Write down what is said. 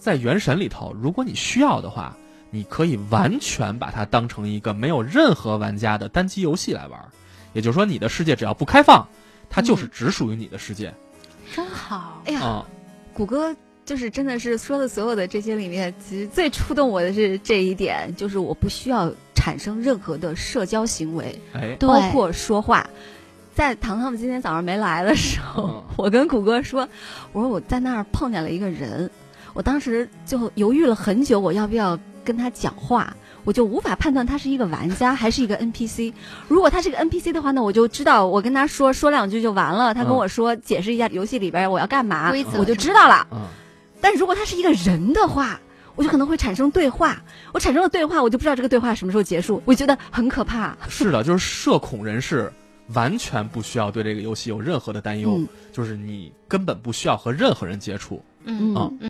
在原神里头，如果你需要的话，你可以完全把它当成一个没有任何玩家的单机游戏来玩，也就是说你的世界只要不开放，它就是只属于你的世界。 真好。 哎呀，谷歌就是真的是说的所有的这些里面，其实最触动我的是这一点，就是我不需要产生任何的社交行为，包括说话。在糖糖今天早上没来的时候，我跟谷歌说，我说我在那儿碰见了一个人，我当时就犹豫了很久，我要不要跟他讲话，我就无法判断他是一个玩家还是一个 NPC。如果他是个 NPC 的话呢，我就知道我跟他说两句就完了，他跟我说解释一下游戏里边我要干嘛，我就知道了。但如果他是一个人的话，我就可能会产生对话，我产生了对话，我就不知道这个对话什么时候结束，我觉得很可怕。 是的，就是社恐人士完全不需要对这个游戏有任何的担忧，就是你根本不需要和任何人接触。